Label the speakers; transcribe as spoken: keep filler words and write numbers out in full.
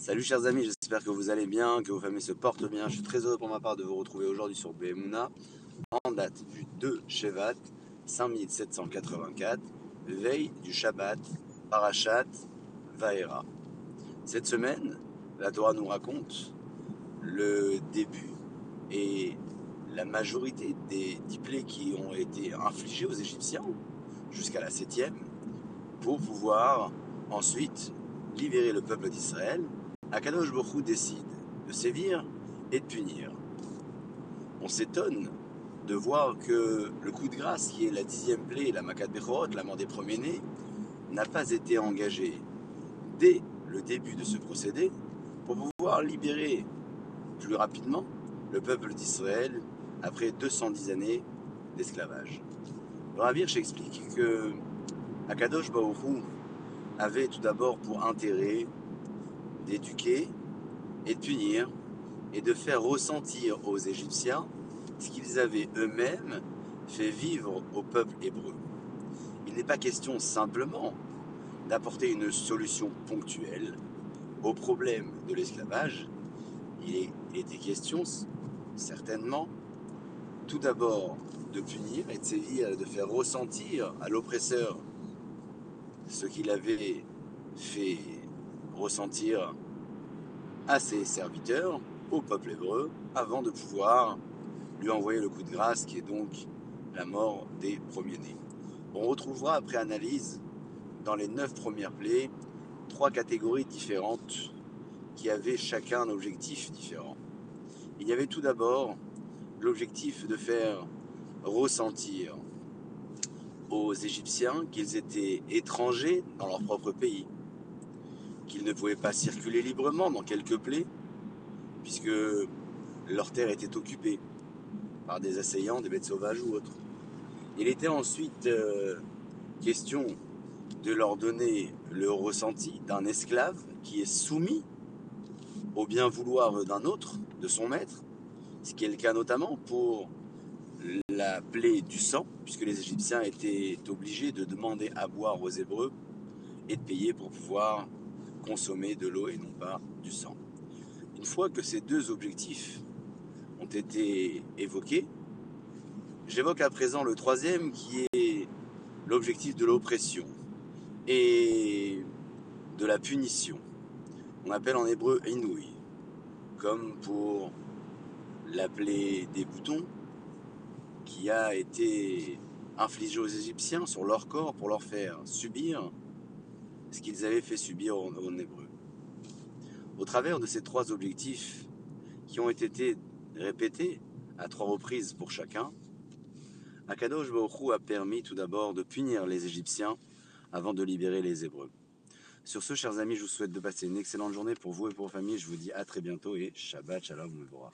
Speaker 1: Salut chers amis, j'espère que vous allez bien, que vos familles se portent bien. Je suis très heureux pour ma part de vous retrouver aujourd'hui sur Be'emouna, en date du deux Shevat cinq mille sept cent quatre-vingt-quatre, veille du Shabbat, Parashat Vaera. Cette semaine, la Torah nous raconte le début et la majorité des dix plaies qui ont été infligées aux Égyptiens jusqu'à la septième pour pouvoir ensuite libérer le peuple d'Israël. Akadosh Baruch Hu décide de sévir et de punir. On s'étonne de voir que le coup de grâce, qui est la dixième plaie, la Makat Bechorot, la mort des premiers-nés, n'a pas été engagé dès le début de ce procédé pour pouvoir libérer plus rapidement le peuple d'Israël après deux cent dix années d'esclavage. Le Rav Hirsch explique que Akadosh Baruch Hu avait tout d'abord pour intérêt d'éduquer et de punir et de faire ressentir aux Égyptiens ce qu'ils avaient eux-mêmes fait vivre au peuple hébreu. Il n'est pas question simplement d'apporter une solution ponctuelle au problème de l'esclavage. Il était question, certainement, tout d'abord de punir et de sévir, de faire ressentir à l'oppresseur ce qu'il avait fait ressentir à ses serviteurs, au peuple hébreu, avant de pouvoir lui envoyer le coup de grâce qui est donc la mort des premiers-nés. On retrouvera après analyse dans les neuf premières plaies trois catégories différentes qui avaient chacun un objectif différent. Il y avait tout d'abord l'objectif de faire ressentir aux Égyptiens qu'ils étaient étrangers dans leur propre pays, qu'ils ne pouvaient pas circuler librement dans quelques plaies, puisque leur terre était occupée par des assaillants, des bêtes sauvages ou autres. Il était ensuite euh, question de leur donner le ressenti d'un esclave qui est soumis au bien vouloir d'un autre, de son maître, ce qui est le cas notamment pour la plaie du sang, puisque les Égyptiens étaient obligés de demander à boire aux Hébreux et de payer pour pouvoir consommer de l'eau et non pas du sang. Une fois que ces deux objectifs ont été évoqués, j'évoque à présent le troisième qui est l'objectif de l'oppression et de la punition. On appelle en hébreu inouï, comme pour la plaie des boutons qui a été infligée aux Égyptiens sur leur corps pour leur faire subir ce qu'ils avaient fait subir aux Hébreux. Au travers de ces trois objectifs qui ont été répétés à trois reprises pour chacun, Akadosh Baruch Hu a permis tout d'abord de punir les Égyptiens avant de libérer les Hébreux. Sur ce, chers amis, je vous souhaite de passer une excellente journée pour vous et pour vos familles. Je vous dis à très bientôt et Shabbat Shalom Mevorach.